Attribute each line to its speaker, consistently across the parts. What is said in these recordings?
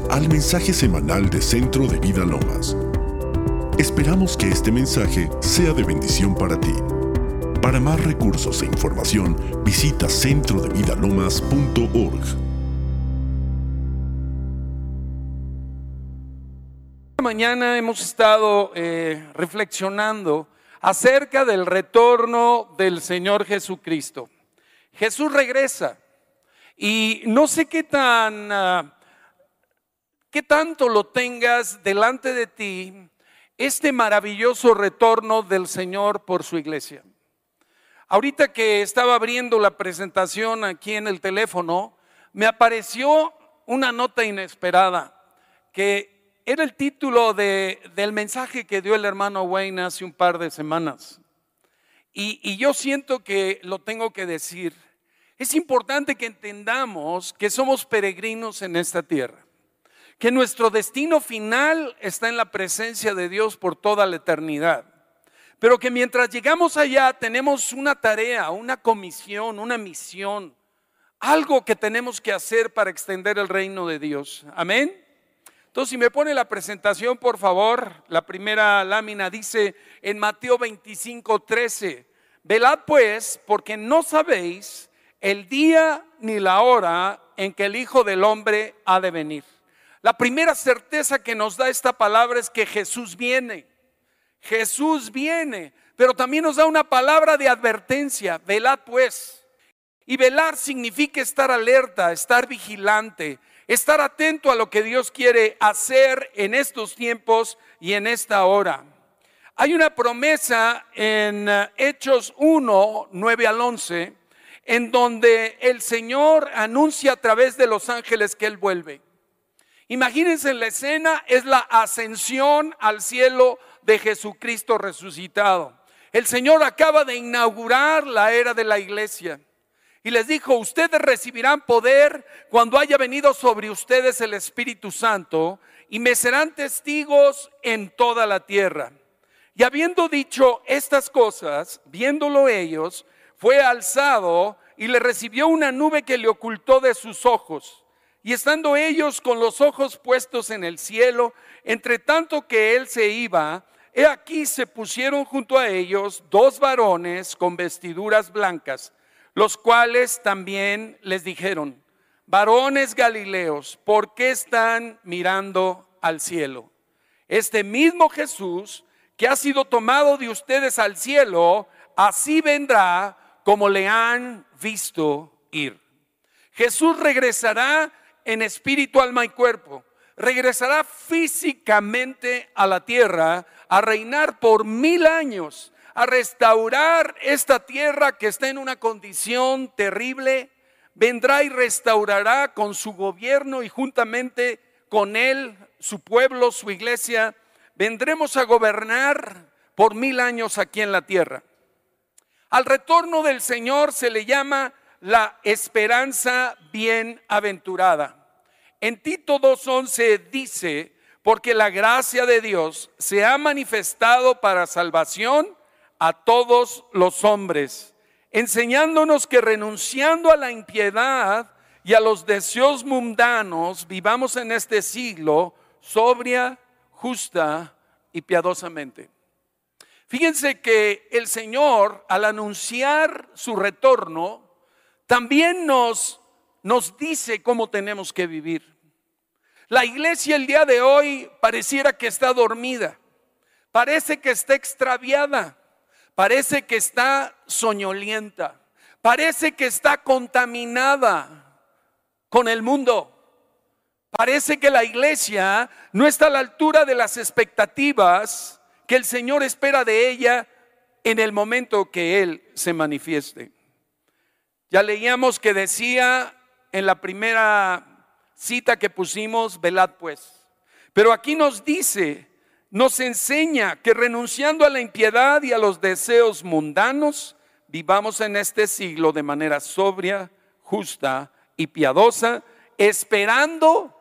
Speaker 1: al mensaje semanal de Centro de Vida Lomas. Esperamos que este mensaje sea de bendición para ti. Para más recursos e información, visita centrodevidalomas.org.
Speaker 2: Esta mañana hemos estado reflexionando acerca del retorno del Señor Jesucristo. Jesús regresa y no sé qué tanto lo tengas delante de ti este maravilloso retorno del Señor por su iglesia. Ahorita que estaba abriendo la presentación aquí en el teléfono, me apareció una nota inesperada que era el título del mensaje que dio el hermano Wayne hace un par de semanas. Y yo siento que lo tengo que decir. Es importante que entendamos que somos peregrinos en esta tierra, que nuestro destino final está en la presencia de Dios por toda la eternidad, pero que mientras llegamos allá tenemos una tarea, una comisión, una misión, algo que tenemos que hacer para extender el reino de Dios. Amén. Entonces, si me pone la presentación, por favor, la primera lámina dice en Mateo 25:13, velad pues, porque no sabéis el día ni la hora en que el Hijo del Hombre ha de venir. La primera certeza que nos da esta palabra es que Jesús viene. Jesús viene, pero también nos da una palabra de advertencia, velad pues. Y velar significa estar alerta, estar vigilante, estar atento a lo que Dios quiere hacer en estos tiempos y en esta hora. Hay una promesa en Hechos 1, 9 al 11, en donde el Señor anuncia a través de los ángeles que Él vuelve. Imagínense la escena, es la ascensión al cielo de Jesucristo resucitado. El Señor acaba de inaugurar la era de la iglesia y les dijo: ustedes recibirán poder cuando haya venido sobre ustedes el Espíritu Santo y me serán testigos en toda la tierra. Y habiendo dicho estas cosas, viéndolo ellos, fue alzado y le recibió una nube que le ocultó de sus ojos. Y estando ellos con los ojos puestos en el cielo, entre tanto que él se iba, he aquí se pusieron junto a ellos dos varones con vestiduras blancas, los cuales también les dijeron: varones galileos, ¿por qué están mirando al cielo? Este mismo Jesús que ha sido tomado de ustedes al cielo, así vendrá como le han visto ir. Jesús regresará en espíritu, alma y cuerpo. Regresará físicamente a la tierra a reinar por 1000 años, a restaurar esta tierra que está en una condición terrible. Vendrá y restaurará con su gobierno y juntamente con él, su pueblo, su iglesia. Vendremos a gobernar por 1000 años aquí en la tierra. Al retorno del Señor se le llama la esperanza bienaventurada. En Tito 2:11 dice: porque la gracia de Dios se ha manifestado para salvación a todos los hombres, enseñándonos que renunciando a la impiedad y a los deseos mundanos, vivamos en este siglo sobria, justa y piadosamente. Fíjense que el Señor, al anunciar su retorno, también nos dice cómo tenemos que vivir. La iglesia el día de hoy pareciera que está dormida, parece que está extraviada, parece que está soñolienta, parece que está contaminada con el mundo. Parece que la iglesia no está a la altura de las expectativas que el Señor espera de ella en el momento que Él se manifieste. Ya leíamos que decía en la primera cita que pusimos: velad pues. Pero aquí nos dice, nos enseña que renunciando a la impiedad y a los deseos mundanos, vivamos en este siglo de manera sobria, justa y piadosa, esperando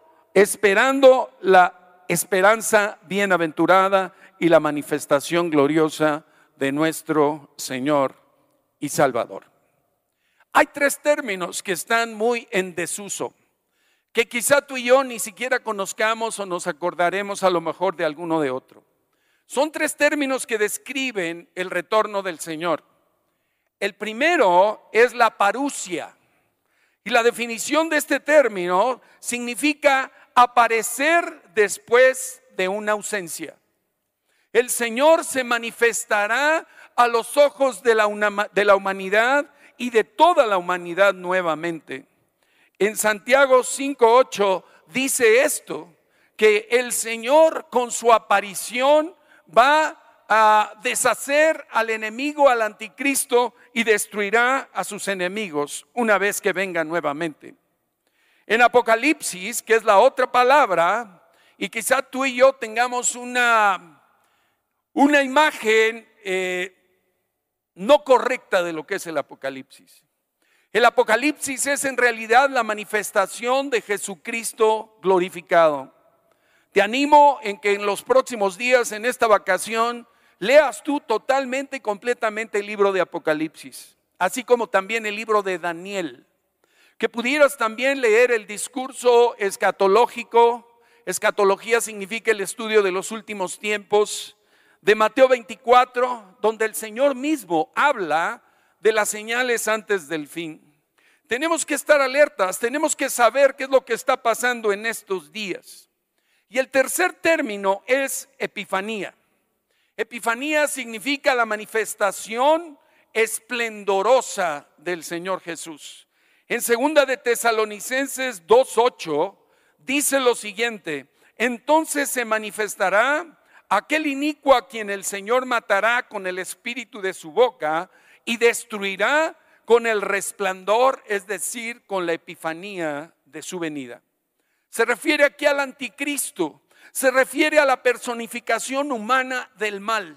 Speaker 2: la esperanza bienaventurada y la manifestación gloriosa de nuestro Señor y Salvador. Hay tres términos que están muy en desuso. que quizá tú y yo ni siquiera conozcamos o nos acordaremos a lo mejor de alguno de otro. Son 3 términos que describen el retorno del Señor. El primero es la parusia. Y la definición de este término significa aparecer después de una ausencia. El Señor se manifestará a los ojos de la humanidad y de toda la humanidad nuevamente. En Santiago 5:8 dice esto, que el Señor con su aparición va a deshacer al enemigo, al anticristo, y destruirá a sus enemigos una vez que venga nuevamente. En Apocalipsis, que es la otra palabra, y quizá tú y yo tengamos una imagen no correcta de lo que es el Apocalipsis. El Apocalipsis es en realidad la manifestación de Jesucristo glorificado. Te animo en que en los próximos días, en esta vacación, leas tú totalmente y completamente el libro de Apocalipsis, así como también el libro de Daniel. Que pudieras también leer el discurso escatológico. Escatología significa el estudio de los últimos tiempos, de Mateo 24, donde el Señor mismo habla de las señales antes del fin. Tenemos que estar alertas, tenemos que saber qué es lo que está pasando en estos días. Y el tercer término es epifanía. Epifanía significa la manifestación esplendorosa del Señor Jesús. En 2 de Tesalonicenses 2:8 dice lo siguiente: entonces se manifestará aquel inicuo a quien el Señor matará con el espíritu de su boca y destruirá con el resplandor, es decir, con la epifanía de su venida. Se refiere aquí al anticristo, se refiere a la personificación humana del mal.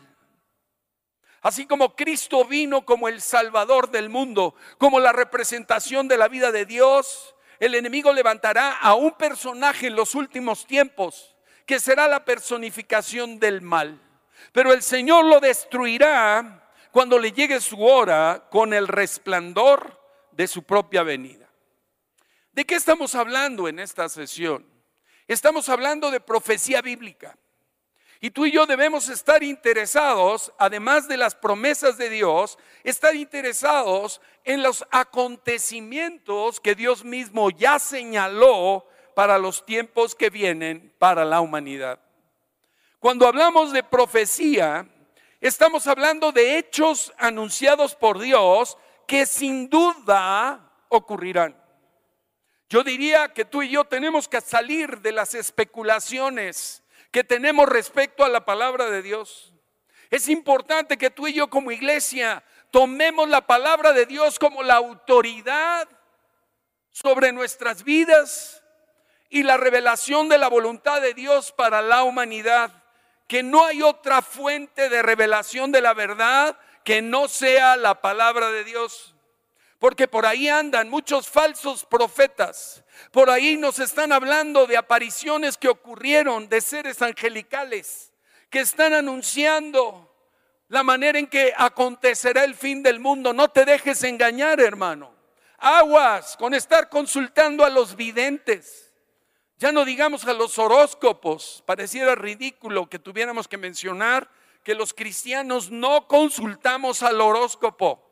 Speaker 2: Así como Cristo vino como el Salvador del mundo, como la representación de la vida de Dios, el enemigo levantará a un personaje en los últimos tiempos que será la personificación del mal. Pero el Señor lo destruirá cuando le llegue su hora con el resplandor de su propia venida. ¿De qué estamos hablando en esta sesión? Estamos hablando de profecía bíblica. Y tú y yo debemos estar interesados, además de las promesas de Dios, estar interesados en los acontecimientos que Dios mismo ya señaló para los tiempos que vienen para la humanidad. Cuando hablamos de profecía, estamos hablando de hechos anunciados por Dios que sin duda ocurrirán. Yo diría que tú y yo tenemos que salir de las especulaciones que tenemos respecto a la palabra de Dios. Es importante que tú y yo como iglesia tomemos la palabra de Dios como la autoridad sobre nuestras vidas y la revelación de la voluntad de Dios para la humanidad. Que no hay otra fuente de revelación de la verdad que no sea la palabra de Dios. Porque por ahí andan muchos falsos profetas. Por ahí nos están hablando de apariciones que ocurrieron, de seres angelicales que están anunciando la manera en que acontecerá el fin del mundo. No te dejes engañar, hermano. Aguas con estar consultando a los videntes. Ya no digamos a los horóscopos. Pareciera ridículo que tuviéramos que mencionar que los cristianos no consultamos al horóscopo.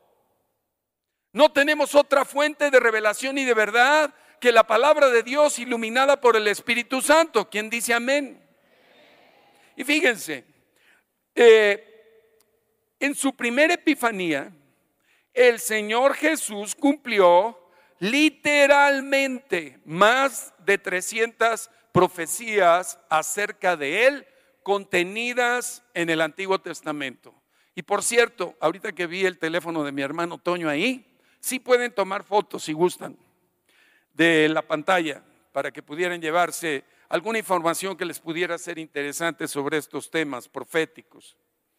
Speaker 2: No tenemos otra fuente de revelación y de verdad que la palabra de Dios iluminada por el Espíritu Santo. ¿Quién dice amén? Y fíjense, en su primera epifanía, el Señor Jesús cumplió literalmente más de 300 profecías acerca de Él contenidas en el Antiguo Testamento. Y por cierto, ahorita que vi el teléfono de mi hermano Toño ahí, sí pueden tomar fotos si gustan de la pantalla para que pudieran llevarse alguna información que les pudiera ser interesante sobre estos temas proféticos.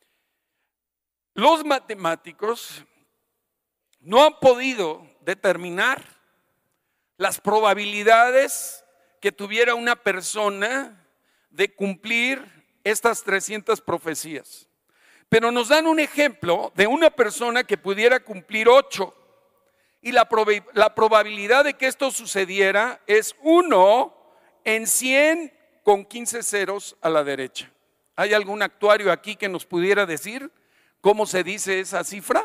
Speaker 2: Los matemáticos no han podido determinar las probabilidades que tuviera una persona de cumplir estas 300 profecías. Pero nos dan un ejemplo de una persona que pudiera cumplir 8. Y la probabilidad de que esto sucediera es 1 en 100 con 15 ceros a la derecha. ¿Hay algún actuario aquí que nos pudiera decir cómo se dice esa cifra?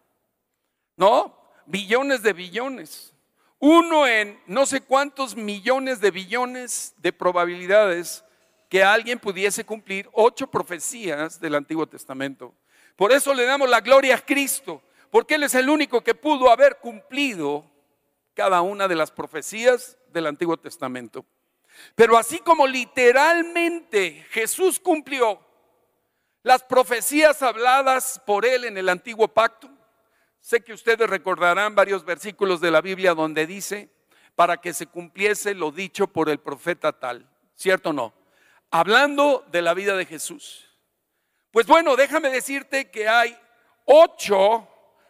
Speaker 2: ¿No? Billones de billones. 1 en no sé cuántos millones de billones de probabilidades que alguien pudiese cumplir 8 profecías del Antiguo Testamento. Por eso le damos la gloria a Cristo, porque Él es el único que pudo haber cumplido cada una de las profecías del Antiguo Testamento. Pero así como literalmente Jesús cumplió las profecías habladas por Él en el Antiguo Pacto, sé que ustedes recordarán varios versículos de la Biblia donde dice, para que se cumpliese lo dicho por el profeta tal, ¿cierto o no? Hablando de la vida de Jesús. Pues bueno, déjame decirte que hay 8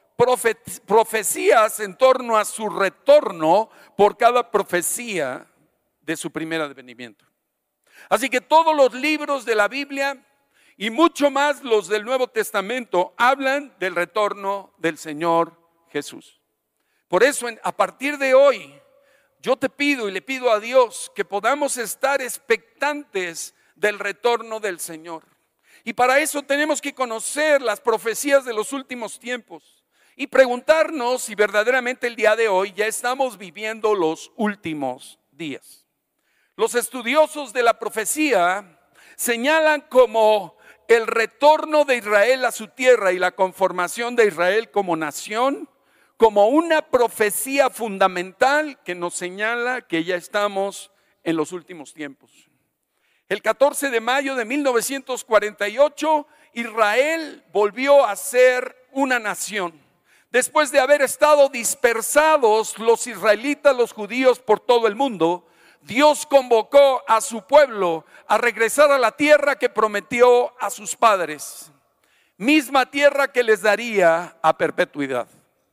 Speaker 2: profecías en torno a su retorno por cada profecía de su primer advenimiento. Así que todos los libros de la Biblia y mucho más los del Nuevo Testamento hablan del retorno del Señor Jesús. Por eso a partir de hoy yo te pido y le pido a Dios que podamos estar expectantes del retorno del Señor. Y para eso tenemos que conocer las profecías de los últimos tiempos y preguntarnos si verdaderamente el día de hoy ya estamos viviendo los últimos días. Los estudiosos de la profecía señalan como el retorno de Israel a su tierra y la conformación de Israel como nación, como una profecía fundamental que nos señala que ya estamos en los últimos tiempos. El 14 de mayo de 1948, Israel volvió a ser una nación. Después de haber estado dispersados los israelitas, los judíos por todo el mundo, Dios convocó a su pueblo a regresar a la tierra que prometió a sus padres, misma tierra que les daría a perpetuidad.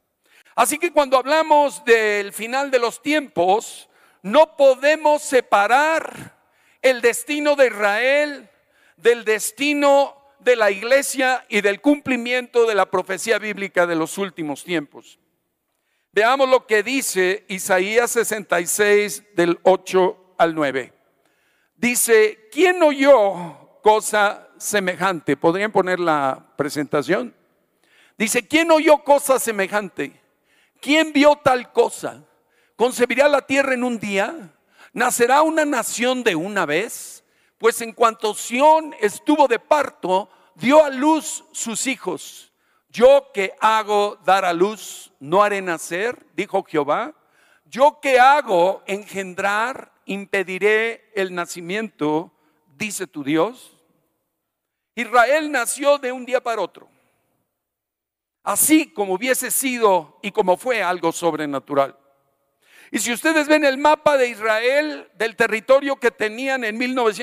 Speaker 2: Así que cuando hablamos del final de los tiempos, no podemos separar el destino de Israel del destino de la iglesia y del cumplimiento de la profecía bíblica de los últimos tiempos. Veamos lo que dice Isaías 66 del 8 al 9. Dice, ¿quién oyó cosa semejante? ¿Podrían poner la presentación? Dice, ¿quién oyó cosa semejante? ¿Quién vio tal cosa? ¿Concebirá la tierra en un día? ¿Nacerá una nación de una vez? Pues en cuanto Sión estuvo de parto, dio a luz sus hijos. Yo que hago dar a luz, no haré nacer, dijo Jehová. Yo que hago engendrar, impediré el nacimiento, dice tu Dios. Israel nació de un día para otro, así como hubiese sido y como fue algo sobrenatural. Y si ustedes ven el mapa de Israel, del territorio que tenían en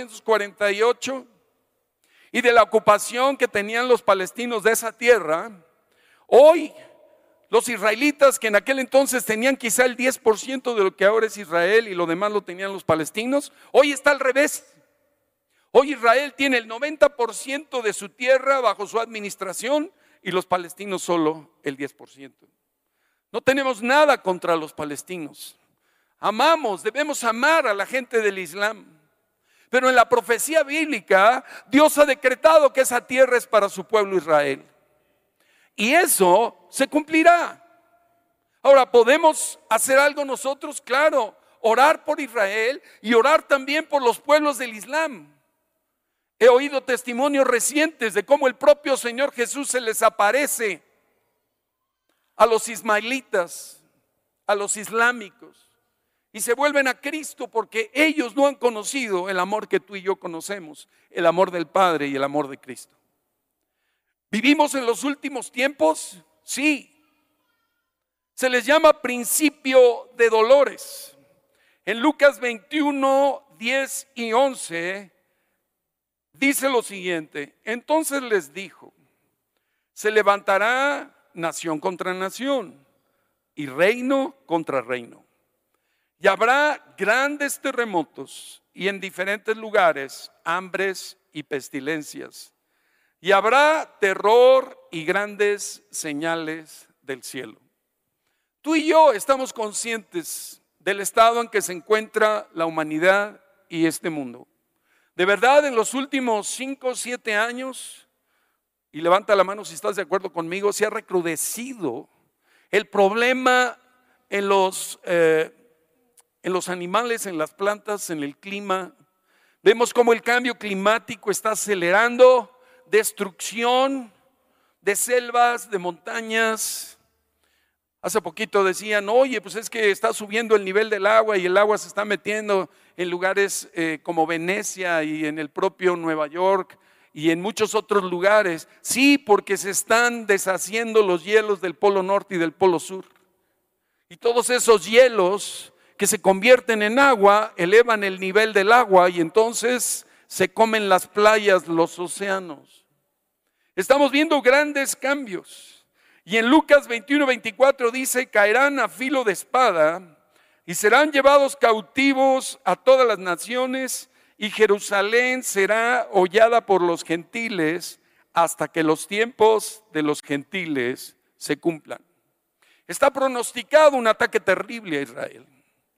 Speaker 2: 1948 y de la ocupación que tenían los palestinos de esa tierra, hoy los israelitas, que en aquel entonces tenían quizá el 10% de lo que ahora es Israel y lo demás lo tenían los palestinos, hoy está al revés. Hoy Israel tiene el 90% de su tierra bajo su administración y los palestinos solo el 10%. No tenemos nada contra los palestinos. Amamos, debemos amar a la gente del Islam. Pero en la profecía bíblica, Dios ha decretado que esa tierra es para su pueblo Israel. Y eso se cumplirá. Ahora, ¿podemos hacer algo nosotros? Claro, orar por Israel y orar también por los pueblos del Islam. He oído testimonios recientes de cómo el propio Señor Jesús se les aparece a los ismaelitas, a los islámicos, y se vuelven a Cristo porque ellos no han conocido el amor que tú y yo conocemos, el amor del Padre y el amor de Cristo. ¿Vivimos en los últimos tiempos? Sí. Se les llama principio de dolores. En Lucas 21, 10 y 11 dice lo siguiente: entonces les dijo, se levantará nación contra nación y reino contra reino. Y habrá grandes terremotos y en diferentes lugares hambres y pestilencias. Y habrá terror y grandes señales del cielo. Tú y yo estamos conscientes del estado en que se encuentra la humanidad y este mundo. De verdad, en los últimos 5 o 7 años, y levanta la mano si estás de acuerdo conmigo, se ha recrudecido el problema en los animales, en las plantas, en el clima. Vemos cómo el cambio climático está acelerando destrucción de selvas, de montañas. Hace poquito decían, oye, pues es que está subiendo el nivel del agua y el agua se está metiendo en lugares como Venecia y en el propio Nueva York y en muchos otros lugares. Sí, porque se están deshaciendo los hielos del Polo Norte y del Polo Sur. Y todos esos hielos que se convierten en agua elevan el nivel del agua y entonces se comen las playas, los océanos. Estamos viendo grandes cambios. Y en Lucas 21:24 dice, caerán a filo de espada y serán llevados cautivos a todas las naciones y Jerusalén será hollada por los gentiles hasta que los tiempos de los gentiles se cumplan. Está pronosticado un ataque terrible a Israel.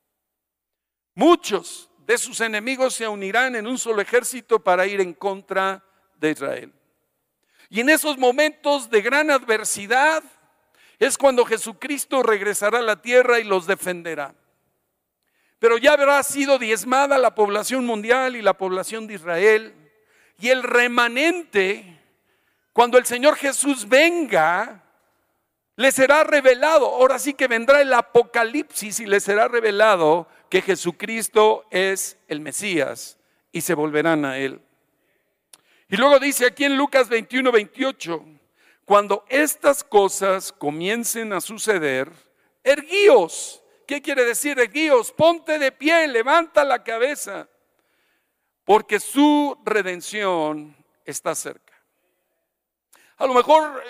Speaker 2: Muchos de sus enemigos se unirán en un solo ejército para ir en contra de Israel. Y en esos momentos de gran adversidad es cuando Jesucristo regresará a la tierra y los defenderá. Pero ya habrá sido diezmada la población mundial y la población de Israel. Y el remanente, cuando el Señor Jesús venga, le será revelado. Ahora sí que vendrá el Apocalipsis y le será revelado que Jesucristo es el Mesías y se volverán a Él. Y luego dice aquí en Lucas 21:28, cuando estas cosas comiencen a suceder, erguíos. ¿Qué quiere decir erguíos? Ponte de pie, levanta la cabeza, porque su redención está cerca. A lo mejor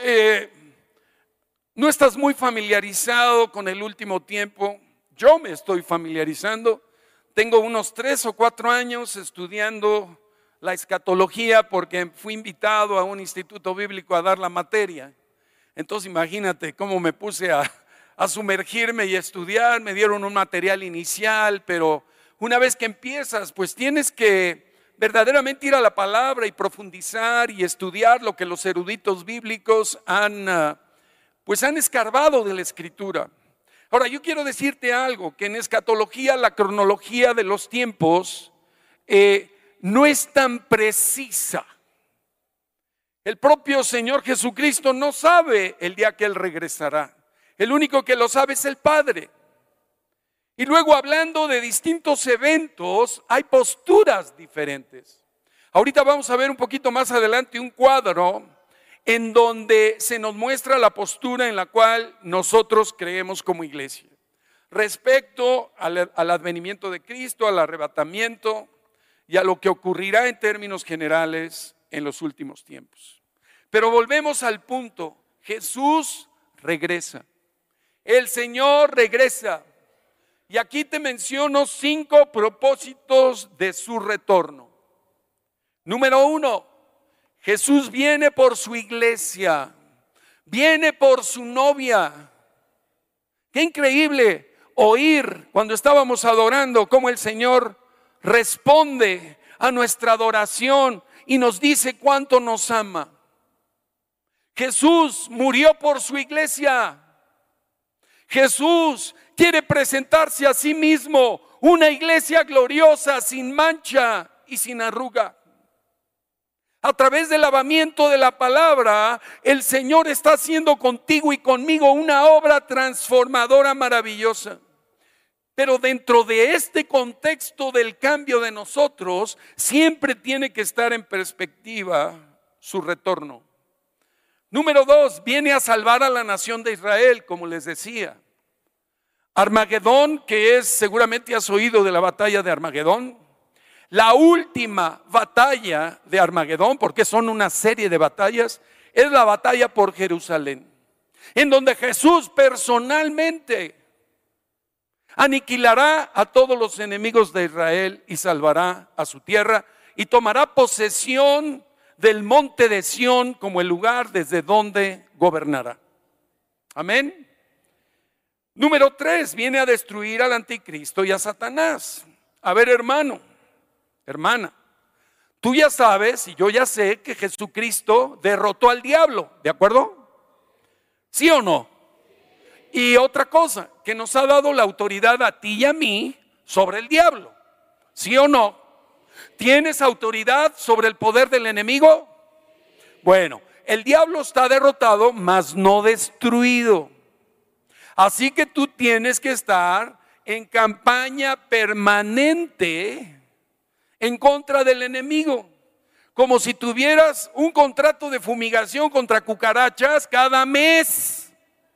Speaker 2: no estás muy familiarizado con el último tiempo. Yo me estoy familiarizando. Tengo unos 3 o 4 años estudiando la escatología porque fui invitado a un instituto bíblico a dar la materia. Entonces imagínate cómo me puse a sumergirme y a estudiar. Me dieron un material inicial, pero una vez que empiezas, pues tienes que verdaderamente ir a la palabra y profundizar y estudiar lo que los eruditos bíblicos han escarbado de la Escritura. Ahora, yo quiero decirte algo, que en escatología la cronología de los tiempos no es tan precisa. El propio Señor Jesucristo no sabe el día que Él regresará. El único que lo sabe es el Padre. Y luego, hablando de distintos eventos, hay posturas diferentes. Ahorita vamos a ver un poquito más adelante un cuadro en donde se nos muestra la postura en la cual nosotros creemos como iglesia respecto al advenimiento de Cristo, al arrebatamiento y a lo que ocurrirá en términos generales en los últimos tiempos. Pero volvemos al punto, Jesús regresa, el Señor regresa. Y aquí te menciono 5 propósitos de su retorno. Número 1, Jesús viene por su iglesia, viene por su novia. Qué increíble oír cuando estábamos adorando cómo el Señor responde a nuestra adoración y nos dice cuánto nos ama. Jesús murió por su iglesia. Jesús quiere presentarse a sí mismo una iglesia gloriosa, sin mancha y sin arruga. A través del lavamiento de la palabra, el Señor está haciendo contigo y conmigo una obra transformadora maravillosa. Pero dentro de este contexto del cambio de nosotros, siempre tiene que estar en perspectiva su retorno. Número 2, viene a salvar a la nación de Israel, como les decía. Armagedón, que es, seguramente has oído de la batalla de Armagedón. La última batalla de Armagedón, porque son una serie de batallas, es la batalla por Jerusalén, en donde Jesús personalmente aniquilará a todos los enemigos de Israel y salvará a su tierra y tomará posesión del monte de Sión como el lugar desde donde gobernará. Amén. Número 3, viene a destruir al anticristo y a Satanás. A ver, hermano, hermana, tú ya sabes y yo ya sé que Jesucristo derrotó al diablo, ¿de acuerdo? ¿Sí o no? Y otra cosa, que nos ha dado la autoridad a ti y a mí sobre el diablo, ¿sí o no? ¿Tienes autoridad sobre el poder del enemigo? Bueno, el diablo está derrotado, mas no destruido. Así que tú tienes que estar en campaña permanente en contra del enemigo. Como si tuvieras un contrato de fumigación contra cucarachas cada mes.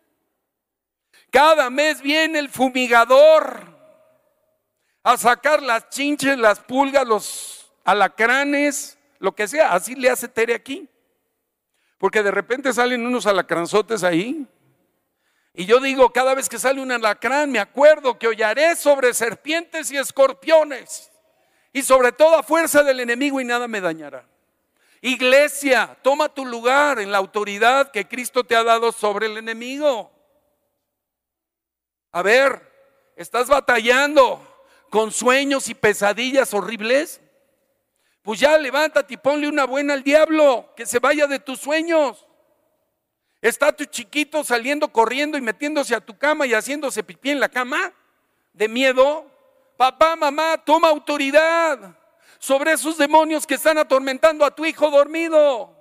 Speaker 2: Cada mes viene el fumigador a sacar las chinches, las pulgas, los alacranes, lo que sea. Así le hace Tere aquí. Porque de repente salen unos alacranzotes ahí. Y yo digo, cada vez que sale un alacrán, me acuerdo que hollaré sobre serpientes y escorpiones. Y sobre toda fuerza del enemigo y nada me dañará. Iglesia, toma tu lugar en la autoridad que Cristo te ha dado sobre el enemigo. A ver, ¿estás batallando con sueños y pesadillas horribles? Pues ya levántate y ponle una buena al diablo, que se vaya de tus sueños. ¿Está tu chiquito saliendo corriendo y metiéndose a tu cama y haciéndose pipí en la cama? ¿De miedo? Papá, mamá, toma autoridad sobre esos demonios que están atormentando a tu hijo dormido.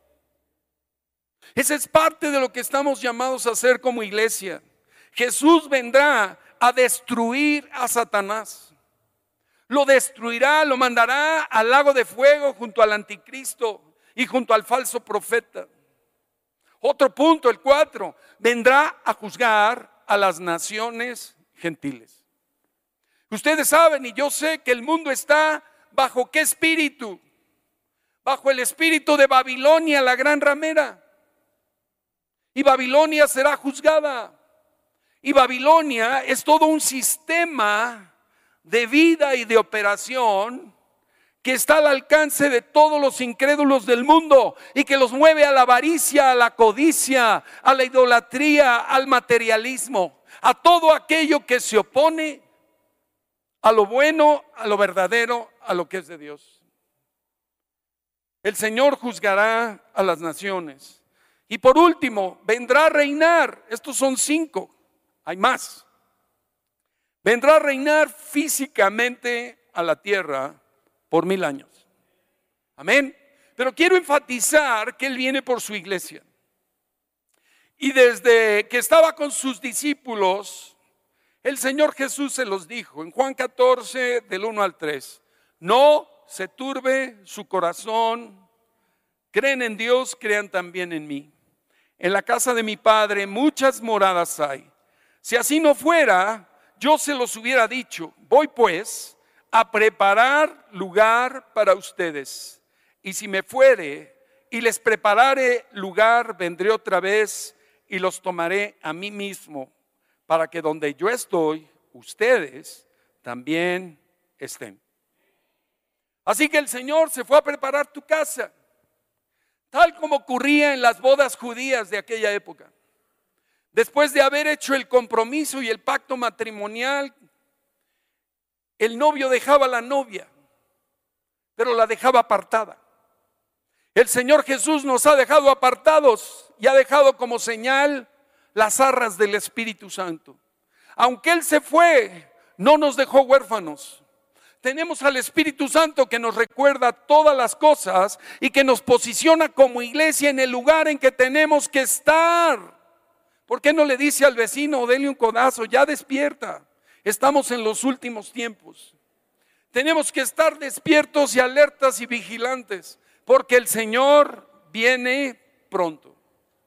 Speaker 2: Esa es parte de lo que estamos llamados a hacer como iglesia. Jesús vendrá a destruir a Satanás. Lo destruirá, lo mandará al lago de fuego junto al anticristo y junto al falso profeta. Otro punto, el 4, vendrá a juzgar a las naciones gentiles. Ustedes saben y yo sé que el mundo está bajo ¿qué espíritu? Bajo el espíritu de Babilonia, la gran ramera. Y Babilonia será juzgada. Y Babilonia es todo un sistema de vida y de operación que está al alcance de todos los incrédulos del mundo y que los mueve a la avaricia, a la codicia, a la idolatría, al materialismo, a todo aquello que se opone a lo bueno, a lo verdadero, a lo que es de Dios. El Señor juzgará a las naciones. Y por último, vendrá a reinar. Estos son 5, hay más. Vendrá a reinar físicamente a la tierra por 1000 años. Amén. Pero quiero enfatizar que Él viene por su iglesia. Y desde que estaba con sus discípulos, el Señor Jesús se los dijo en Juan 14, del 1 al 3. No se turbe su corazón. Creen en Dios, crean también en mí. En la casa de mi Padre muchas moradas hay. Si así no fuera, yo se los hubiera dicho. Voy pues a preparar lugar para ustedes. Y si me fuere y les preparare lugar, vendré otra vez y los tomaré a mí mismo, para que donde yo estoy, ustedes también estén. Así que el Señor se fue a preparar tu casa, tal como ocurría en las bodas judías de aquella época. Después de haber hecho el compromiso y el pacto matrimonial, el novio dejaba a la novia, pero la dejaba apartada. El Señor Jesús nos ha dejado apartados y ha dejado como señal las arras del Espíritu Santo. Aunque Él se fue, no nos dejó huérfanos. Tenemos al Espíritu Santo que nos recuerda todas las cosas y que nos posiciona como iglesia en el lugar en que tenemos que estar. ¿Por qué no le dice al vecino, dele un codazo, ya despierta? Estamos en los últimos tiempos. Tenemos que estar despiertos y alertas y vigilantes, porque el Señor viene pronto.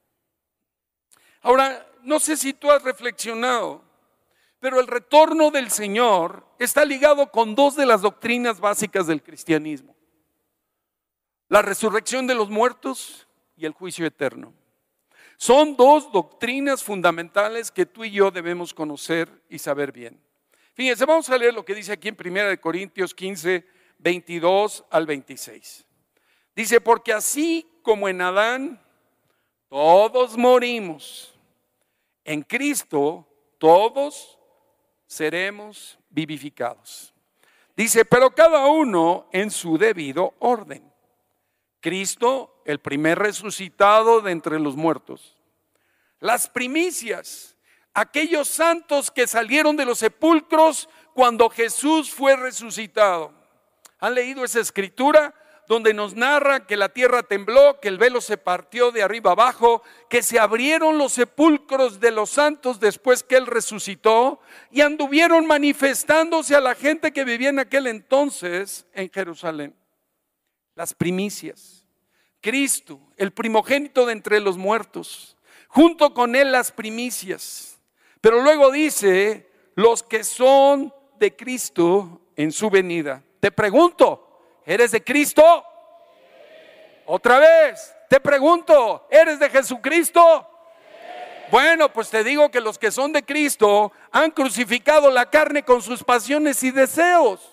Speaker 2: Ahora, no sé si tú has reflexionado, pero el retorno del Señor está ligado con 2 de las doctrinas básicas del cristianismo: la resurrección de los muertos y el juicio eterno. Son 2 doctrinas fundamentales que tú y yo debemos conocer y saber bien. Fíjense, vamos a leer lo que dice aquí en 1 Corintios 15, 22 al 26. Dice, porque así como en Adán todos morimos, en Cristo todos seremos vivificados. Dice, pero cada uno en su debido orden. Cristo, el primer resucitado de entre los muertos. Las primicias, aquellos santos que salieron de los sepulcros cuando Jesús fue resucitado. ¿Han leído esa escritura donde nos narra que la tierra tembló, que el velo se partió de arriba abajo, que se abrieron los sepulcros de los santos después que Él resucitó y anduvieron manifestándose a la gente que vivía en aquel entonces en Jerusalén? Las primicias. Cristo, el primogénito de entre los muertos, junto con Él las primicias. Pero luego dice, los que son de Cristo en su venida. Te pregunto, ¿eres de Cristo? Otra vez, te pregunto, ¿eres de Jesucristo? Bueno, pues te digo que los que son de Cristo han crucificado la carne con sus pasiones y deseos.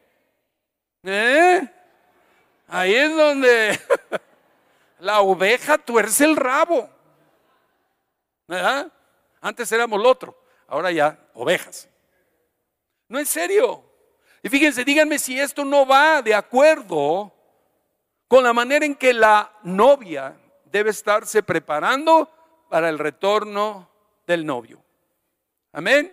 Speaker 2: Ahí es donde la oveja tuerce el rabo. ¿Verdad? Antes éramos lo otro, ahora ya ovejas. No, en serio. Y fíjense, díganme si esto no va de acuerdo con la manera en que la novia debe estarse preparando para el retorno del novio. Amén.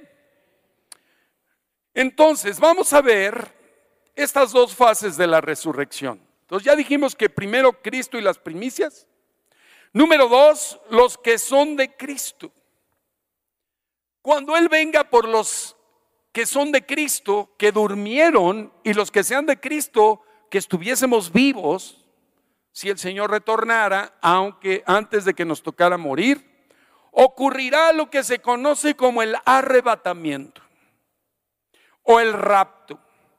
Speaker 2: Entonces, vamos a ver estas dos fases de la resurrección. Entonces, ya dijimos que primero Cristo y las primicias. Número 2, los que son de Cristo. Cuando Él venga por los que son de Cristo, que durmieron, y los que sean de Cristo, que estuviésemos vivos, si el Señor retornara, aunque antes de que nos tocara morir, ocurrirá lo que se conoce como el arrebatamiento o el rapto.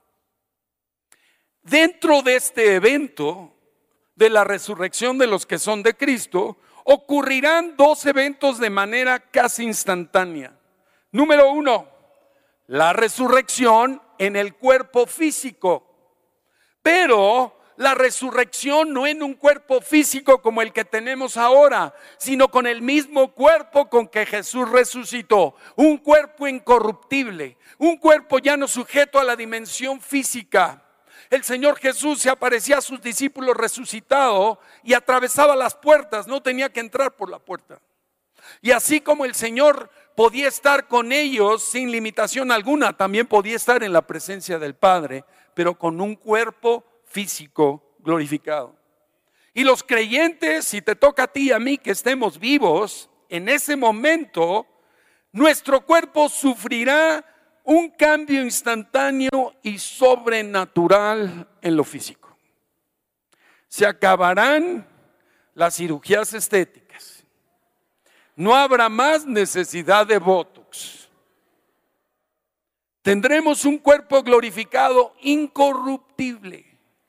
Speaker 2: Dentro de este evento de la resurrección de los que son de Cristo, ocurrirán dos eventos de manera casi instantánea. Número 1, la resurrección en el cuerpo físico, pero la resurrección no en un cuerpo físico como el que tenemos ahora, sino con el mismo cuerpo con que Jesús resucitó, un cuerpo incorruptible, un cuerpo ya no sujeto a la dimensión física. El Señor Jesús se aparecía a sus discípulos resucitado y atravesaba las puertas, no tenía que entrar por la puerta. Y así como el Señor podía estar con ellos sin limitación alguna, también podía estar en la presencia del Padre, pero con un cuerpo físico glorificado. Y los creyentes, si te toca a ti y a mí que estemos vivos, en ese momento nuestro cuerpo sufrirá un cambio instantáneo y sobrenatural en lo físico. Se acabarán las cirugías estéticas. No habrá más necesidad de botox. Tendremos un cuerpo glorificado, incorruptible,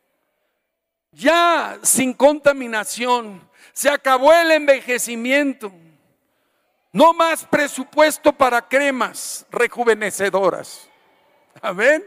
Speaker 2: ya sin contaminación. Se acabó el envejecimiento. No más presupuesto para cremas rejuvenecedoras. Amén.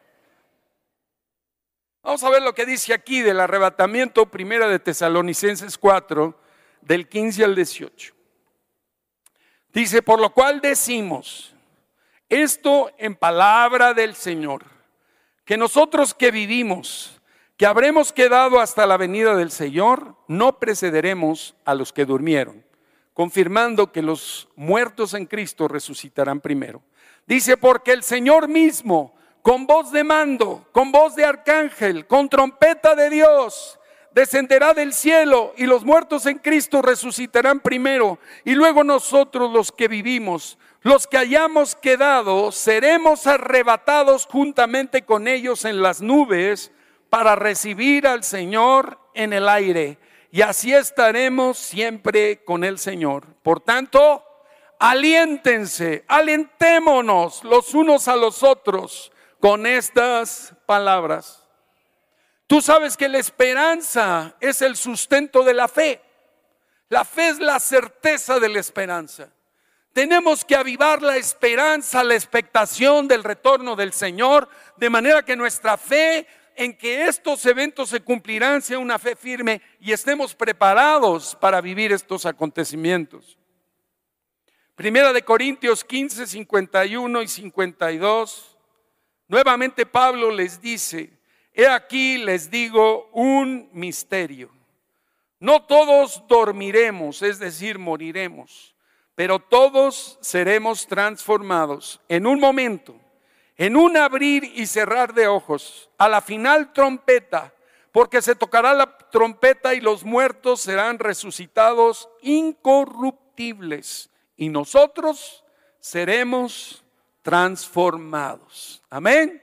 Speaker 2: Vamos a ver lo que dice aquí del arrebatamiento, primera de Tesalonicenses 4, del 15 al 18. Dice, por lo cual decimos esto en palabra del Señor, que nosotros que vivimos, que habremos quedado hasta la venida del Señor, no precederemos a los que durmieron, confirmando que los muertos en Cristo resucitarán primero. Dice, porque el Señor mismo, con voz de mando, con voz de arcángel, con trompeta de Dios, descenderá del cielo, y los muertos en Cristo resucitarán primero, y luego nosotros los que vivimos, los que hayamos quedado, seremos arrebatados juntamente con ellos en las nubes para recibir al Señor en el aire. Y así estaremos siempre con el Señor. Por tanto, aliéntense, alentémonos los unos a los otros con estas palabras. Tú sabes que la esperanza es el sustento de la fe. La fe es la certeza de la esperanza. Tenemos que avivar la esperanza, la expectación del retorno del Señor, de manera que nuestra fe en que estos eventos se cumplirán sea una fe firme y estemos preparados para vivir estos acontecimientos. Primera de Corintios 15, 51 y 52. Nuevamente Pablo les dice: he aquí les digo un misterio. No todos dormiremos, es decir, moriremos, pero todos seremos transformados en un momento, en un abrir y cerrar de ojos, a la final trompeta, porque se tocará la trompeta y los muertos serán resucitados incorruptibles y nosotros seremos transformados. Amén.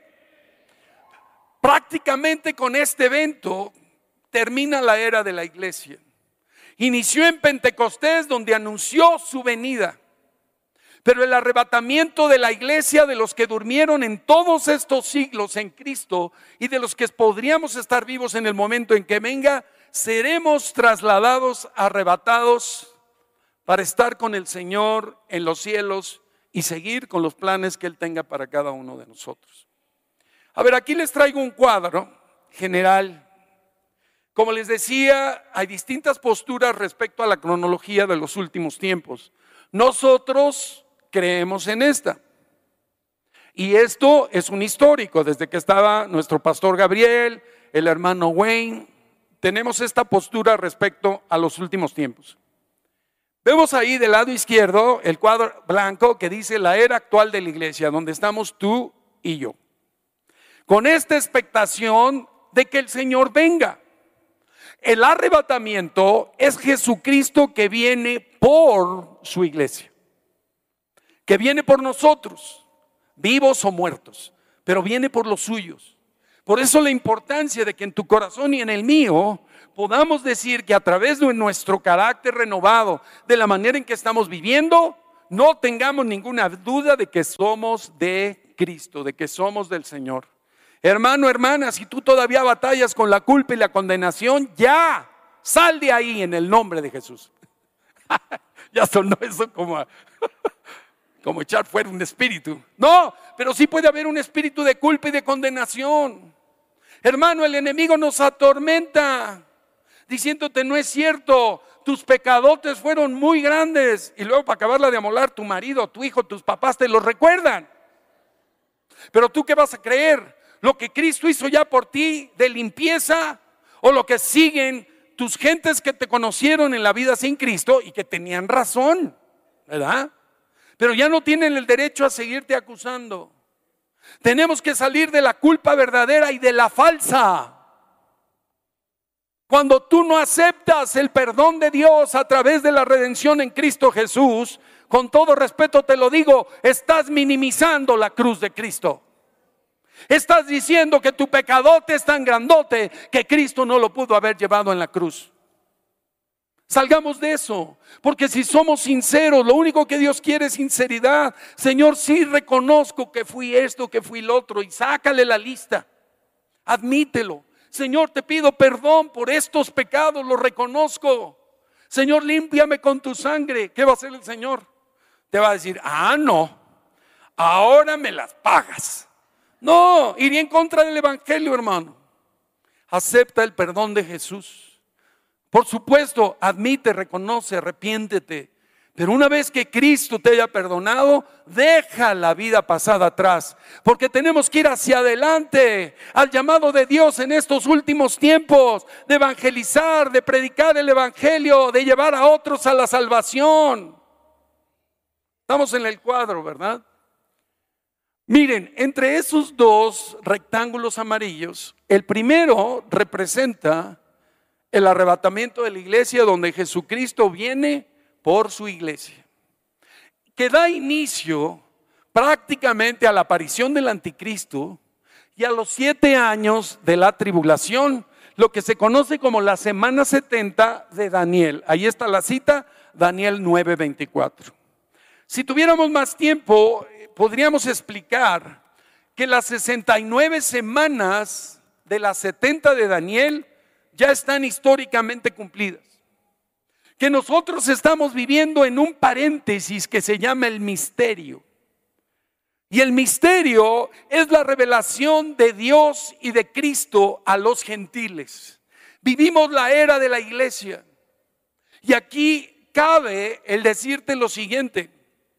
Speaker 2: Prácticamente con este evento termina la era de la iglesia. Inició en Pentecostés, donde anunció su venida. Pero el arrebatamiento de la iglesia, de los que durmieron en todos estos siglos en Cristo y de los que podríamos estar vivos en el momento en que venga, seremos trasladados, arrebatados para estar con el Señor en los cielos y seguir con los planes que Él tenga para cada uno de nosotros. A ver, aquí les traigo un cuadro general. Como les decía, hay distintas posturas respecto a la cronología de los últimos tiempos. Nosotros creemos en esta. Y esto es un histórico, desde que estaba nuestro pastor Gabriel, el hermano Wayne, tenemos esta postura respecto a los últimos tiempos. Vemos ahí del lado izquierdo el cuadro blanco que dice la era actual de la iglesia, donde estamos tú y yo. Con esta expectación de que el Señor venga. El arrebatamiento es Jesucristo que viene por su iglesia, que viene por nosotros, vivos o muertos, pero viene por los suyos. Por eso la importancia de que en tu corazón y en el mío podamos decir que a través de nuestro carácter renovado, de la manera en que estamos viviendo, no tengamos ninguna duda de que somos de Cristo, de que somos del Señor. Hermano, hermana, si tú todavía batallas con la culpa y la condenación, ya, sal de ahí en el nombre de Jesús. Ya sonó eso como echar fuera un espíritu. No, pero sí puede haber un espíritu de culpa y de condenación. Hermano, el enemigo nos atormenta diciéndote: no es cierto, tus pecadotes fueron muy grandes. Y luego, para acabarla de amolar, tu marido, tu hijo, tus papás te lo recuerdan. Pero tú, ¿qué vas a creer? ¿Lo que Cristo hizo ya por ti de limpieza? ¿O lo que siguen tus gentes que te conocieron en la vida sin Cristo y que tenían razón, ¿verdad? Pero ya no tienen el derecho a seguirte acusando. Tenemos que salir de la culpa verdadera y de la falsa. Cuando tú no aceptas el perdón de Dios a través de la redención en Cristo Jesús, con todo respeto te lo digo, estás minimizando la cruz de Cristo. Estás diciendo que tu pecadote es tan grandote que Cristo no lo pudo haber llevado en la cruz. Salgamos de eso, porque si somos sinceros, lo único que Dios quiere es sinceridad. Señor, sí reconozco que fui esto, que fui lo otro, y sácale la lista, admítelo. Señor, te pido perdón por estos pecados, los reconozco. Señor, límpiame con tu sangre. ¿Qué va a hacer el Señor? Te va a decir: no, ahora me las pagas. No, iría en contra del evangelio, hermano. Acepta el perdón de Jesús. Por supuesto, admite, reconoce, arrepiéntete. Pero una vez que Cristo te haya perdonado, deja la vida pasada atrás. Porque tenemos que ir hacia adelante al llamado de Dios en estos últimos tiempos. De evangelizar, de predicar el evangelio, de llevar a otros a la salvación. Estamos en el cuadro, ¿verdad? Miren, entre esos dos rectángulos amarillos, el primero representa el arrebatamiento de la iglesia, donde Jesucristo viene por su iglesia, que da inicio prácticamente a la aparición del anticristo y a los 7 años de la tribulación, lo que se conoce como la semana 70 de Daniel. Ahí está la cita, Daniel 9:24. Si tuviéramos más tiempo, podríamos explicar que las 69 semanas de las 70 de Daniel ya están históricamente cumplidas. Que nosotros estamos viviendo en un paréntesis que se llama el misterio. Y el misterio es la revelación de Dios y de Cristo a los gentiles. Vivimos la era de la iglesia. Y aquí cabe el decirte lo siguiente: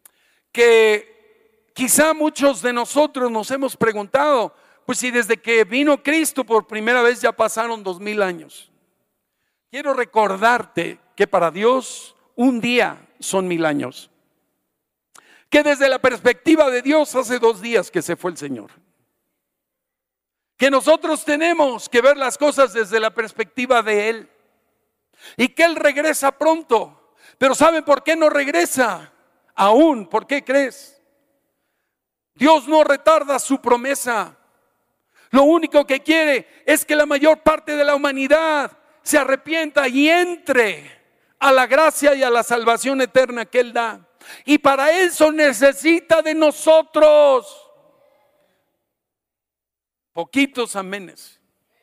Speaker 2: que quizá muchos de nosotros nos hemos preguntado, pues si desde que vino Cristo por primera vez ya pasaron 2000 años. Quiero recordarte que para Dios un día son 1000 años. Que desde la perspectiva de Dios hace 2 días que se fue el Señor. Que nosotros tenemos que ver las cosas desde la perspectiva de Él. Y que Él regresa pronto. Pero ¿saben por qué no regresa aún? ¿Por qué crees? Dios no retarda su promesa. Lo único que quiere es que la mayor parte de la humanidad se arrepienta y entre a la gracia y a la salvación eterna que Él da. Y para eso necesita de nosotros. Poquitos amenes.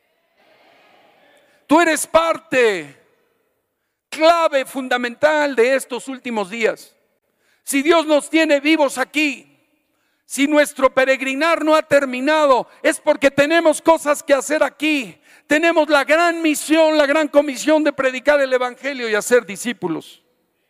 Speaker 2: Tú eres parte clave, fundamental de estos últimos días. Si Dios nos tiene vivos aquí, si nuestro peregrinar no ha terminado, es porque tenemos cosas que hacer aquí. Tenemos la gran misión, la gran comisión de predicar el evangelio y hacer discípulos.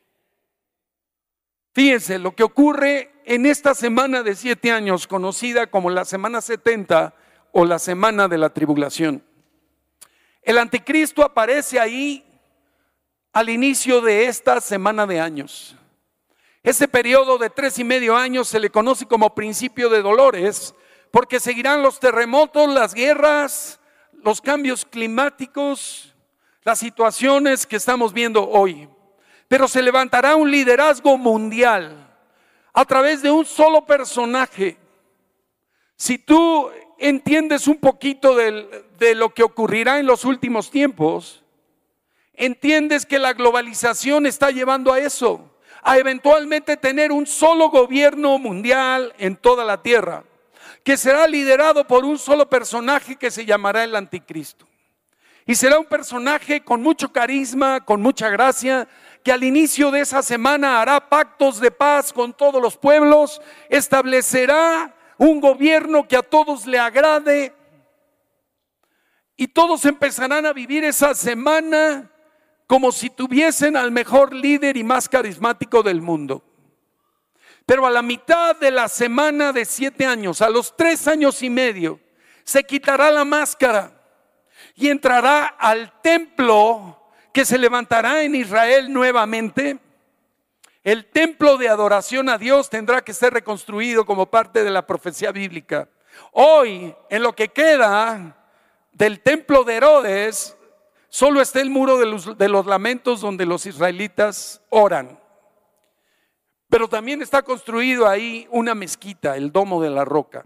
Speaker 2: Fíjense lo que ocurre en esta semana de 7 años, conocida como la semana 70 o la semana de la tribulación. El anticristo aparece ahí al inicio de esta semana de años. Ese periodo de 3,5 años se le conoce como principio de dolores, porque seguirán los terremotos, las guerras, los cambios climáticos, las situaciones que estamos viendo hoy. Pero se levantará un liderazgo mundial a través de un solo personaje. Si tú entiendes un poquito de lo que ocurrirá en los últimos tiempos, entiendes que la globalización está llevando a eso, a eventualmente tener un solo gobierno mundial en toda la tierra, que será liderado por un solo personaje que se llamará el anticristo. Y será un personaje con mucho carisma, con mucha gracia, que al inicio de esa semana hará pactos de paz con todos los pueblos, establecerá un gobierno que a todos le agrade, y todos empezarán a vivir esa semana como si tuviesen al mejor líder y más carismático del mundo. Pero a la mitad de la semana de 7 años, a los 3 años y medio, se quitará la máscara y entrará al templo que se levantará en Israel nuevamente. El templo de adoración a Dios tendrá que ser reconstruido como parte de la profecía bíblica. Hoy, en lo que queda del templo de Herodes, solo está el muro de los lamentos donde los israelitas oran. Pero también está construido ahí una mezquita, el Domo de la Roca.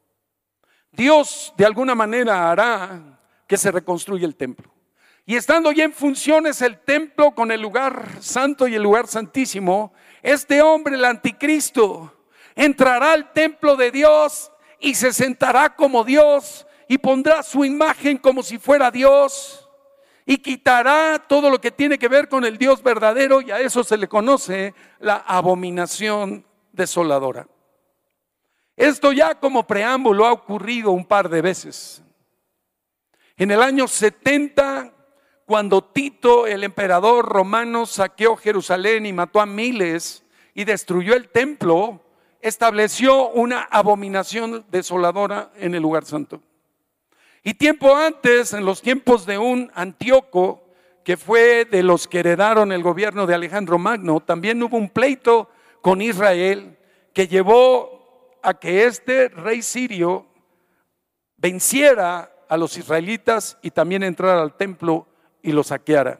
Speaker 2: Dios de alguna manera hará que se reconstruya el templo. Y estando ya en funciones el templo con el lugar santo y el lugar santísimo, este hombre, el anticristo, entrará al templo de Dios y se sentará como Dios y pondrá su imagen como si fuera Dios y quitará todo lo que tiene que ver con el Dios verdadero, y a eso se le conoce la abominación desoladora. Esto ya como preámbulo ha ocurrido un par de veces. En el año 70, cuando Tito, el emperador romano, saqueó Jerusalén y mató a miles y destruyó el templo, estableció una abominación desoladora en el lugar santo. Y tiempo antes, en los tiempos de un Antíoco, que fue de los que heredaron el gobierno de Alejandro Magno, también hubo un pleito con Israel que llevó a que este rey sirio venciera a los israelitas y también entrara al templo y lo saqueara.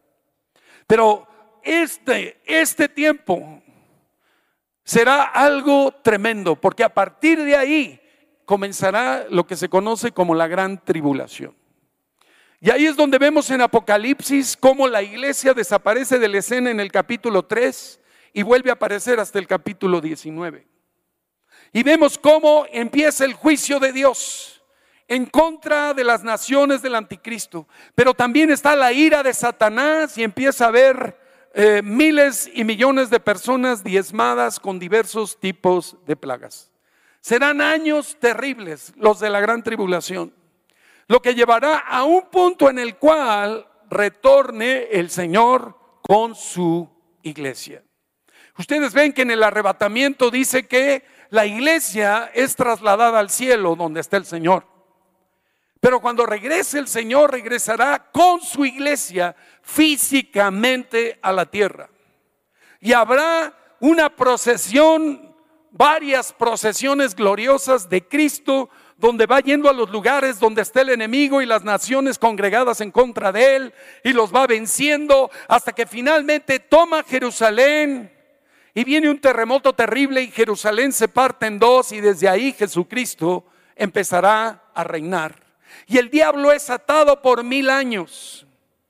Speaker 2: Pero este tiempo será algo tremendo, porque a partir de ahí comenzará lo que se conoce como la gran tribulación. Y ahí es donde vemos en Apocalipsis cómo la iglesia desaparece de la escena en el capítulo 3 y vuelve a aparecer hasta el capítulo 19. Y vemos cómo empieza el juicio de Dios en contra de las naciones del anticristo. Pero también está la ira de Satanás y empieza a haber miles y millones de personas diezmadas con diversos tipos de plagas. Serán años terribles los de la gran tribulación, lo que llevará a un punto en el cual retorne el Señor con su iglesia. Ustedes ven que en el arrebatamiento dice que la iglesia es trasladada al cielo donde está el Señor. Pero cuando regrese el Señor, regresará con su iglesia físicamente a la tierra. Y habrá una procesión, varias procesiones gloriosas de Cristo, donde va yendo a los lugares donde está el enemigo y las naciones congregadas en contra de él, y los va venciendo hasta que finalmente toma Jerusalén. Y viene un terremoto terrible y Jerusalén se parte en dos, y desde ahí Jesucristo empezará a reinar. Y el diablo es atado por 1000 años.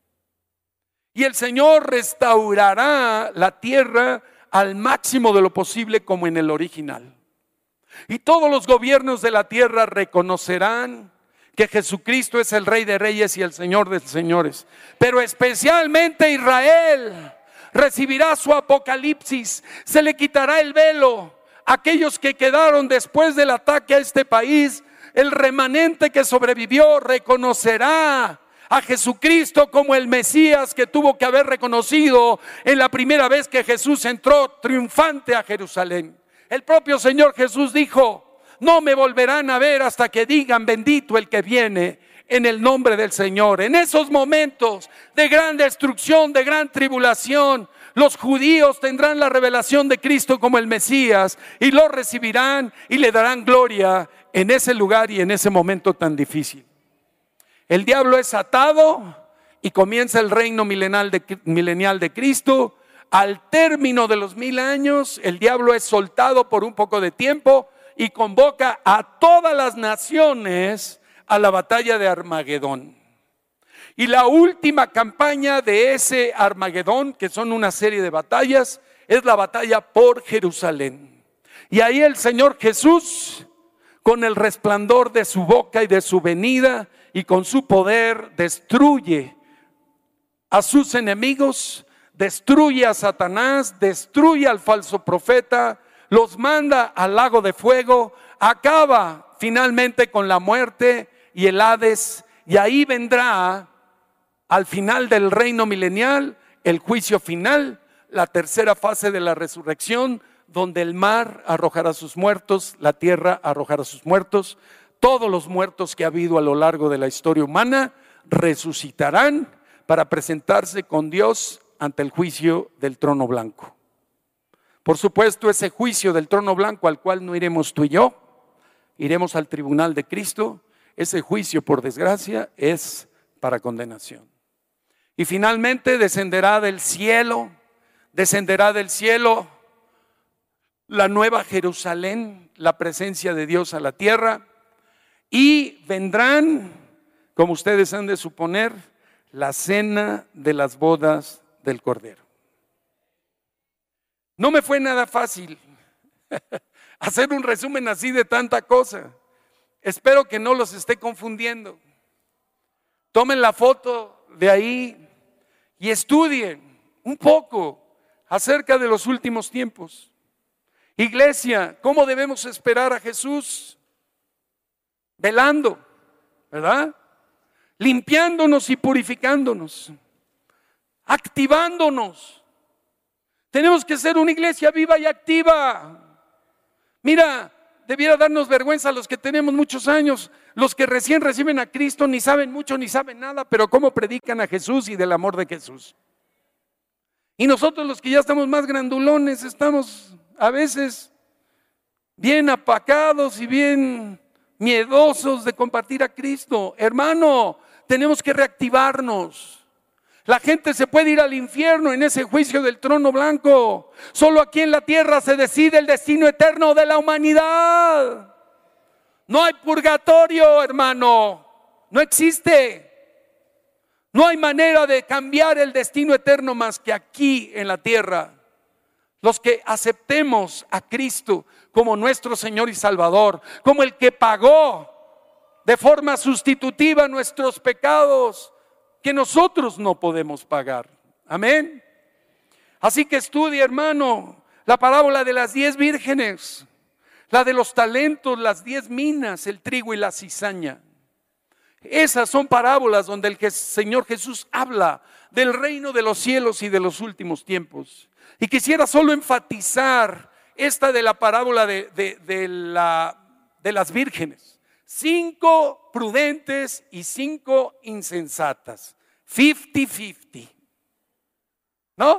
Speaker 2: Y el Señor restaurará la tierra al máximo de lo posible como en el original. Y todos los gobiernos de la tierra reconocerán que Jesucristo es el Rey de Reyes y el Señor de Señores. Pero especialmente Israel recibirá su apocalipsis, se le quitará el velo. Aquellos que quedaron después del ataque a este país, el remanente que sobrevivió reconocerá a Jesucristo como el Mesías que tuvo que haber reconocido en la primera vez que Jesús entró triunfante a Jerusalén. El propio Señor Jesús dijo: no me volverán a ver hasta que digan bendito el que viene en el nombre del Señor. En esos momentos de gran destrucción, de gran tribulación, los judíos tendrán la revelación de Cristo como el Mesías y lo recibirán y le darán gloria en ese lugar y en ese momento tan difícil. El diablo es atado y comienza el reino milenial de Cristo. Al término de los 1000 años, el diablo es soltado por un poco de tiempo y convoca a todas las naciones a la batalla de Armagedón. Y la última campaña de ese Armagedón, que son una serie de batallas, es la batalla por Jerusalén. Y ahí el Señor Jesús, con el resplandor de su boca y de su venida y con su poder, destruye a sus enemigos, destruye a Satanás, destruye al falso profeta, los manda al lago de fuego, acaba finalmente con la muerte y el Hades, y ahí vendrá al final del reino milenial el juicio final, la tercera fase de la resurrección, donde el mar arrojará sus muertos, la tierra arrojará sus muertos. Todos los muertos que ha habido a lo largo de la historia humana resucitarán para presentarse con Dios ante el juicio del trono blanco. Por supuesto, ese juicio del trono blanco al cual no iremos tú y yo, iremos al tribunal de Cristo. Ese juicio, por desgracia, es para condenación. Y finalmente descenderá del cielo la nueva Jerusalén, la presencia de Dios a la tierra, y vendrán, como ustedes han de suponer, la cena de las bodas del Cordero. No me fue nada fácil hacer un resumen así de tanta cosa. Espero que no los esté confundiendo. Tomen la foto de ahí y estudien un poco acerca de los últimos tiempos. Iglesia, ¿cómo debemos esperar a Jesús? Velando, ¿verdad? Limpiándonos y purificándonos, activándonos. Tenemos que ser una iglesia viva y activa. Mira, debiera darnos vergüenza a los que tenemos muchos años, los que recién reciben a Cristo, ni saben mucho ni saben nada, pero cómo predican a Jesús y del amor de Jesús. Y nosotros los que ya estamos más grandulones, estamos a veces bien apacados y bien miedosos de compartir a Cristo. Hermano, tenemos que reactivarnos. La gente se puede ir al infierno en ese juicio del trono blanco. Solo aquí en la tierra se decide el destino eterno de la humanidad. No hay purgatorio, hermano. No existe. No hay manera de cambiar el destino eterno más que aquí en la tierra. Los que aceptemos a Cristo como nuestro Señor y Salvador, como el que pagó de forma sustitutiva nuestros pecados, que nosotros no podemos pagar. Amén. Así que estudie, hermano, la parábola de las 10 vírgenes, la de los talentos, las 10 minas, el trigo y la cizaña. Esas son parábolas donde el Señor Jesús habla del reino de los cielos y de los últimos tiempos. Y quisiera solo enfatizar esta de la parábola de las vírgenes. 5 prudentes y 5 insensatas. 50-50. ¿No?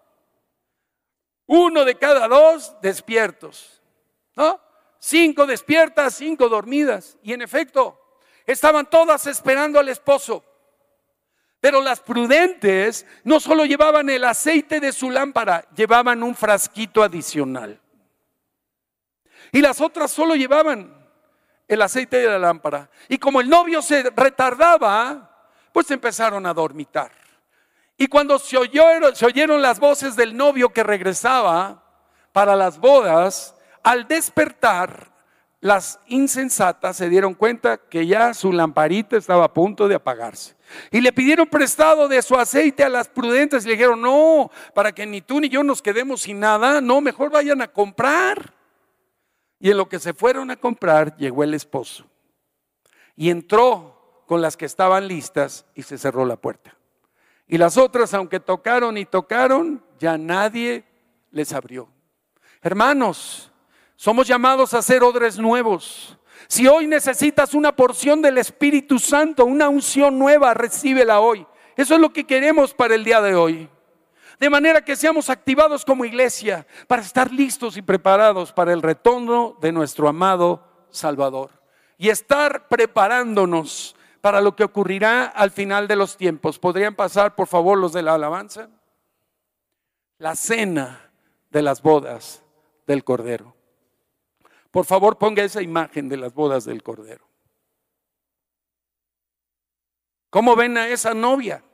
Speaker 2: 1 de cada 2 despiertos. ¿No? 5 despiertas, 5 dormidas. Y en efecto, estaban todas esperando al esposo. Pero las prudentes no solo llevaban el aceite de su lámpara, llevaban un frasquito adicional. Y las otras solo llevaban el aceite de la lámpara. Y como el novio se retardaba, pues empezaron a dormitar. Y cuando se oyeron las voces del novio que regresaba para las bodas, al despertar, las insensatas se dieron cuenta que ya su lamparita estaba a punto de apagarse. Y le pidieron prestado de su aceite a las prudentes y le dijeron: no, para que ni tú ni yo nos quedemos sin nada, no, mejor vayan a comprar. Y en lo que se fueron a comprar, llegó el esposo. Y entró con las que estaban listas y se cerró la puerta. Y las otras, aunque tocaron y tocaron, ya nadie les abrió. Hermanos, somos llamados a ser odres nuevos. Si hoy necesitas una porción del Espíritu Santo, una unción nueva, recíbela hoy. Eso es lo que queremos para el día de hoy. De manera que seamos activados como iglesia para estar listos y preparados para el retorno de nuestro amado Salvador. Y estar preparándonos para lo que ocurrirá al final de los tiempos. ¿Podrían pasar, por favor, los de la alabanza? La cena de las bodas del Cordero. Por favor, ponga esa imagen de las bodas del Cordero. ¿Cómo ven a esa novia?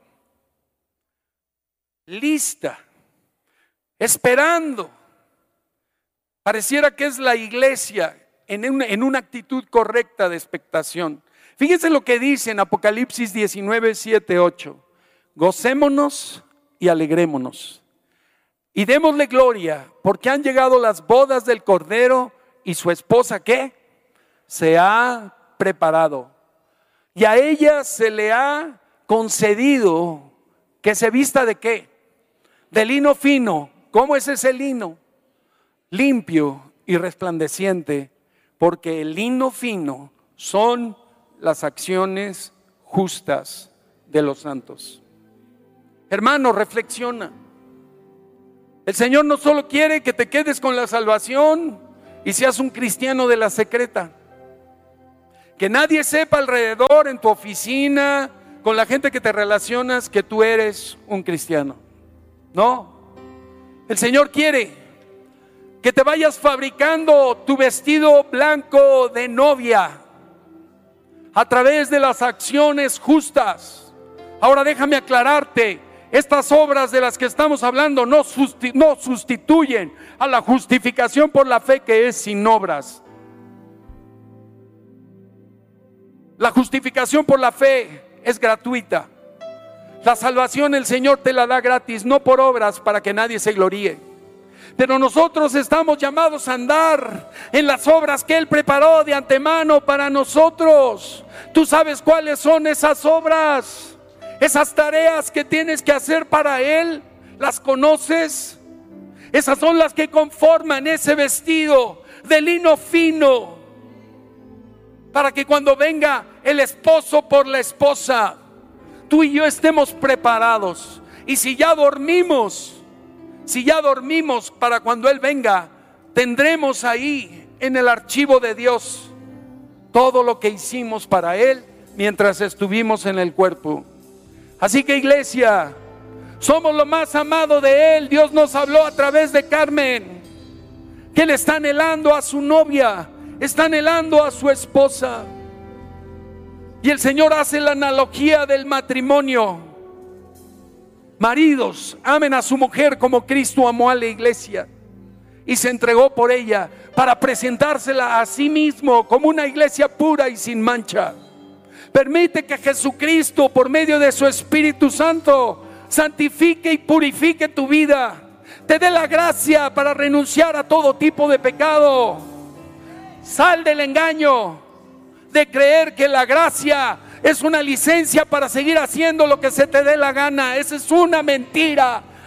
Speaker 2: Lista, esperando. Pareciera que es la iglesia en una actitud correcta de expectación. Fíjense lo que dice en Apocalipsis 19, 7, 8. Gocémonos y alegrémonos. Y démosle gloria, porque han llegado las bodas del Cordero. Y su esposa, ¿qué? Se ha preparado. Y a ella se le ha concedido que se vista ¿de qué? De lino fino. ¿Cómo es ese lino? Limpio y resplandeciente, porque el lino fino son las acciones justas de los santos. Hermano, reflexiona. El Señor no solo quiere que te quedes con la salvación y seas un cristiano de la secreta. Que nadie sepa alrededor, en tu oficina, con la gente que te relacionas, que tú eres un cristiano. No. El Señor quiere que te vayas fabricando tu vestido blanco de novia a través de las acciones justas. Ahora déjame aclararte. Estas obras de las que estamos hablando no sustituyen a la justificación por la fe, que es sin obras. La justificación por la fe es gratuita. La salvación el Señor te la da gratis, no por obras para que nadie se gloríe. Pero nosotros estamos llamados a andar en las obras que Él preparó de antemano para nosotros. ¿Tú sabes cuáles son esas obras? Esas tareas que tienes que hacer para Él, ¿las conoces? Esas son las que conforman ese vestido de lino fino, para que cuando venga el esposo por la esposa, tú y yo estemos preparados. Y si ya dormimos para cuando Él venga, tendremos ahí en el archivo de Dios todo lo que hicimos para Él mientras estuvimos en el cuerpo. Así que, iglesia, somos lo más amado de Él. Dios nos habló a través de Carmen, que Él está anhelando a su novia, está anhelando a su esposa. Y el Señor hace la analogía del matrimonio. Maridos, amen a su mujer como Cristo amó a la iglesia y se entregó por ella para presentársela a sí mismo como una iglesia pura y sin mancha. Permite que Jesucristo, por medio de su Espíritu Santo, santifique y purifique tu vida. Te dé la gracia para renunciar a todo tipo de pecado. Sal del engaño de creer que la gracia es una licencia para seguir haciendo lo que se te dé la gana. Esa es una mentira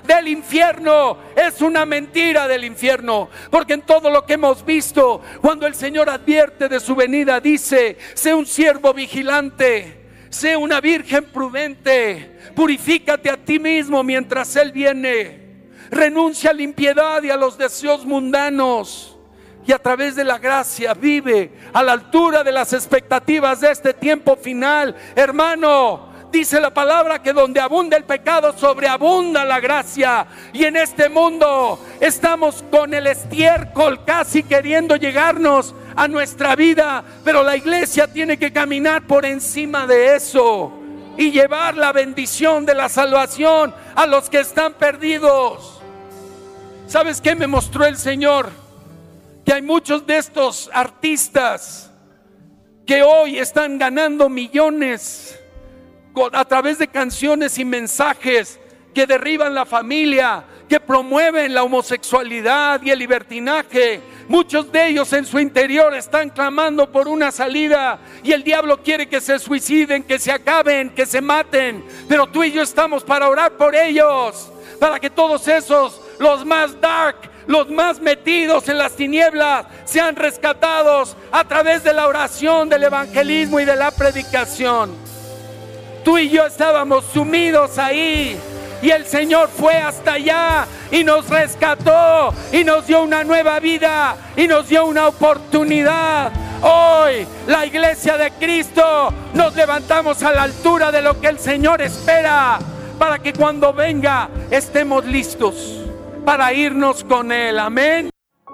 Speaker 2: del infierno. Es una mentira del infierno, porque en todo lo que hemos visto, cuando el Señor advierte de su venida, dice: sé un siervo vigilante, sé una virgen prudente, purifícate a ti mismo mientras Él viene, renuncia a la impiedad y a los deseos mundanos, y a través de la gracia vive a la altura de las expectativas de este tiempo final. Hermano, dice la palabra que donde abunda el pecado, sobreabunda la gracia. Y en este mundo estamos con el estiércol casi queriendo llegarnos a nuestra vida, pero la iglesia tiene que caminar por encima de eso y llevar la bendición de la salvación a los que están perdidos. ¿Sabes qué me mostró el Señor? Que hay muchos de estos artistas que hoy están ganando millones a través de canciones y mensajes que derriban la familia, que promueven la homosexualidad y el libertinaje. Muchos de ellos en su interior están clamando por una salida, y el diablo quiere que se suiciden, que se acaben, que se maten. Pero tú y yo estamos para orar por ellos, para que todos esos, los más dark, los más metidos en las tinieblas, sean rescatados a través de la oración, del evangelismo y de la predicación. Tú y yo estábamos sumidos ahí, y el Señor fue hasta allá y nos rescató y nos dio una nueva vida y nos dio una oportunidad. Hoy, la iglesia de Cristo, nos levantamos a la altura de lo que el Señor espera, para que cuando venga estemos listos para irnos con Él. Amén.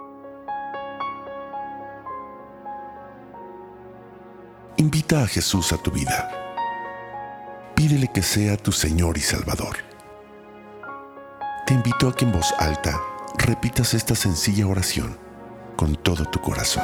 Speaker 1: Invita a Jesús a tu vida. Pídele que sea tu Señor y Salvador. Te invito a que en voz alta repitas esta sencilla oración con todo tu corazón.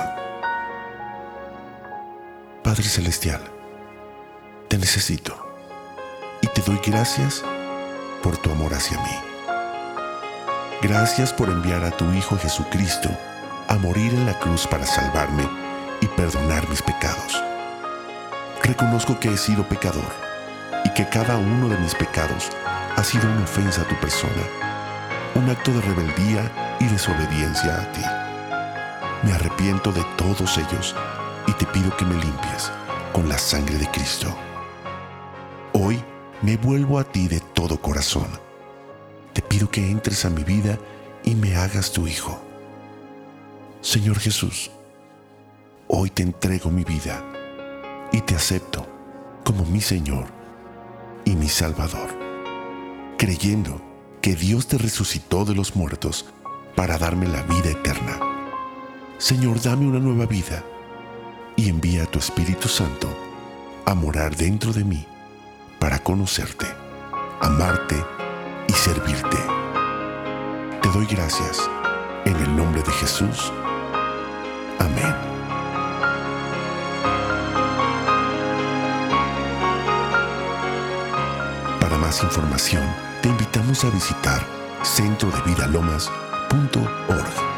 Speaker 1: Padre Celestial, te necesito y te doy gracias por tu amor hacia mí. Gracias por enviar a tu Hijo Jesucristo a morir en la cruz para salvarme y perdonar mis pecados. Reconozco que he sido pecador y que cada uno de mis pecados ha sido una ofensa a tu persona, un acto de rebeldía y desobediencia a ti. Me arrepiento de todos ellos y te pido que me limpies con la sangre de Cristo. Hoy me vuelvo a ti de todo corazón. Te pido que entres a mi vida y me hagas tu hijo. Señor Jesús, hoy te entrego mi vida y te acepto como mi Señor y mi Salvador, creyendo que Dios te resucitó de los muertos para darme la vida eterna. Señor, dame una nueva vida y envía a tu Espíritu Santo a morar dentro de mí para conocerte, amarte y servirte. Te doy gracias en el nombre de Jesús. Amén. Para más información, te invitamos a visitar centrodevidalomas.org.